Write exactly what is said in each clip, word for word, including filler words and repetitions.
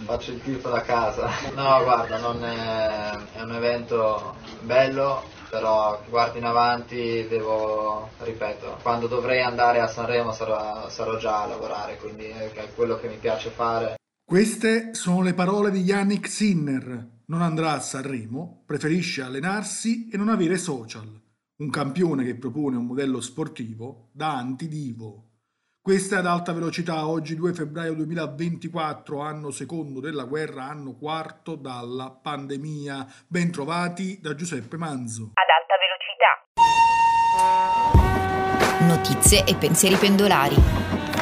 faccio il tifo da casa. No, guarda, non è, è un evento bello, però guardo in avanti, devo, ripeto, quando dovrei andare a Sanremo sarò, sarò già a lavorare, quindi è quello che mi piace fare. Queste sono le parole di Yannick Sinner. Non andrà a Sanremo, preferisce allenarsi e non avere social. Un campione che propone un modello sportivo da antidivo. Questa è ad alta velocità, oggi due febbraio duemilaventiquattro, anno secondo della guerra, anno quarto dalla pandemia. Ben trovati da Giuseppe Manzo. Ad alta velocità. Notizie e pensieri pendolari.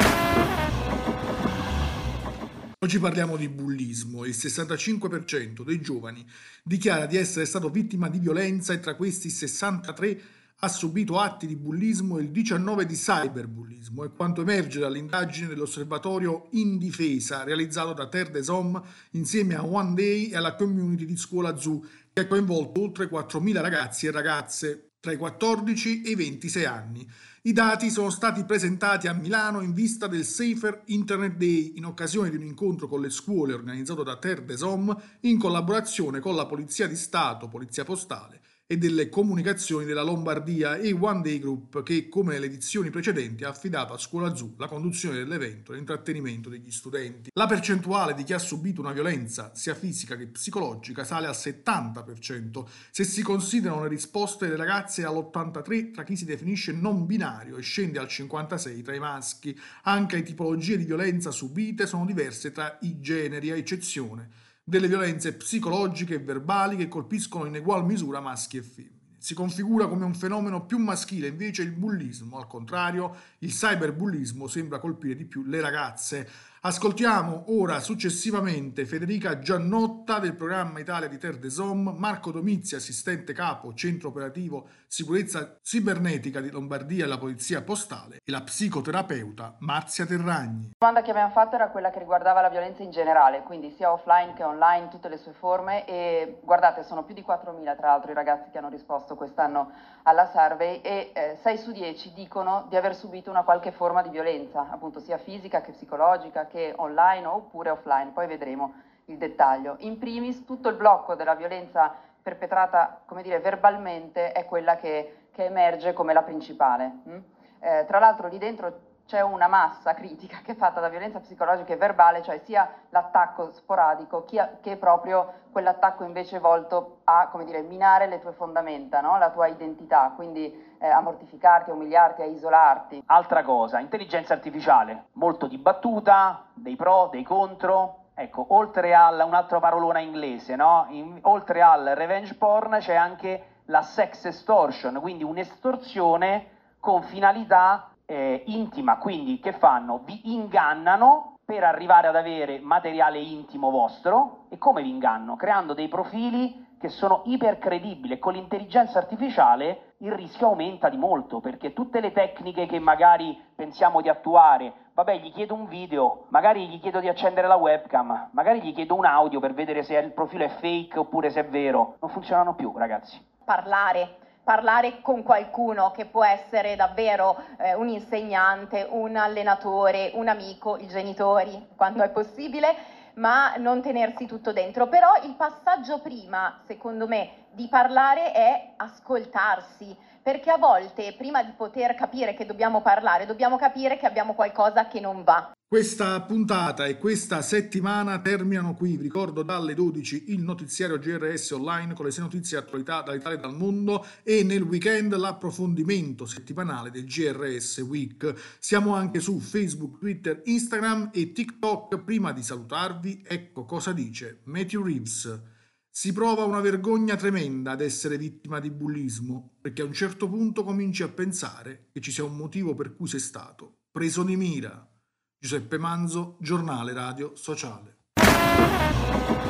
Oggi parliamo di bullismo. Il sessantacinque per cento dei giovani dichiara di essere stato vittima di violenza e tra questi il sessantatré ha subito atti di bullismo e il diciannove di cyberbullismo. È quanto emerge dall'indagine dell'osservatorio In Difesa realizzato da Terre des Hommes insieme a One Day e alla community di Scuola Zoo, che ha coinvolto oltre quattromila ragazzi e ragazze tra i quattordici e i ventisei anni. I dati sono stati presentati a Milano in vista del Safer Internet Day, in occasione di un incontro con le scuole organizzato da Terre des Hommes in collaborazione con la Polizia di Stato, Polizia Postale e delle Comunicazioni della Lombardia e One Day Group, che come nelle edizioni precedenti ha affidato a Scuola Zoo la conduzione dell'evento e l'intrattenimento degli studenti. La percentuale di chi ha subito una violenza sia fisica che psicologica sale al settanta per cento se si considerano le risposte delle ragazze, all'ottantatré per cento tra chi si definisce non binario e scende al cinquantasei per cento tra i maschi. Anche le tipologie di violenza subite sono diverse tra i generi, a eccezione delle violenze psicologiche e verbali che colpiscono in egual misura maschi e femmine. Si configura come un fenomeno più maschile invece il bullismo, al contrario il cyberbullismo sembra colpire di più le ragazze. Ascoltiamo ora successivamente Federica Giannotta del programma Italia di Terre des Hommes, Marco Domizzi, assistente capo centro operativo sicurezza cibernetica di Lombardia e la Polizia Postale, e la psicoterapeuta Marzia Terragni. La domanda che abbiamo fatto era quella che riguardava la violenza in generale, quindi sia offline che online, tutte le sue forme, e guardate, sono più di quattromila tra l'altro i ragazzi che hanno risposto quest'anno alla survey e eh, sei su dieci dicono di aver subito una qualche forma di violenza, appunto sia fisica che psicologica che online oppure offline, poi vedremo il dettaglio. In primis tutto il blocco della violenza perpetrata, come dire, verbalmente è quella che, che emerge come la principale. Mm? Eh, tra l'altro lì dentro c'è una massa critica che è fatta da violenza psicologica e verbale, cioè sia l'attacco sporadico che proprio quell'attacco invece volto a, come dire, minare le tue fondamenta, no? La tua identità, quindi eh, a mortificarti, a umiliarti, a isolarti. Altra cosa, intelligenza artificiale, molto dibattuta, dei pro, dei contro. Ecco, oltre a un'altra parolona inglese, no? In, oltre al revenge porn c'è anche la sex extortion, quindi un'estorsione con finalità Eh, intima, quindi che fanno? Vi ingannano per arrivare ad avere materiale intimo vostro. E come vi ingannano? Creando dei profili che sono ipercredibili, e con l'intelligenza artificiale il rischio aumenta di molto, perché tutte le tecniche che magari pensiamo di attuare, vabbè, gli chiedo un video, magari gli chiedo di accendere la webcam, magari gli chiedo un audio per vedere se il profilo è fake oppure se è vero, non funzionano più, ragazzi. Parlare parlare con qualcuno che può essere davvero eh, un insegnante, un allenatore, un amico, i genitori, quando è possibile, ma non tenersi tutto dentro. Però il passaggio prima, secondo me, di parlare è ascoltarsi, perché a volte, prima di poter capire che dobbiamo parlare, dobbiamo capire che abbiamo qualcosa che non va. Questa puntata e questa settimana terminano qui. Vi ricordo dalle dodici il notiziario G R S online con le sei notizie e attualità dall'Italia e dal mondo, e nel weekend l'approfondimento settimanale del G R S Week. Siamo anche su Facebook, Twitter, Instagram e TikTok. Prima di salutarvi, ecco cosa dice Matthew Reeves. Si prova una vergogna tremenda ad essere vittima di bullismo, perché a un certo punto cominci a pensare che ci sia un motivo per cui sei stato preso di mira. Giuseppe Manzo, Giornale Radio Sociale.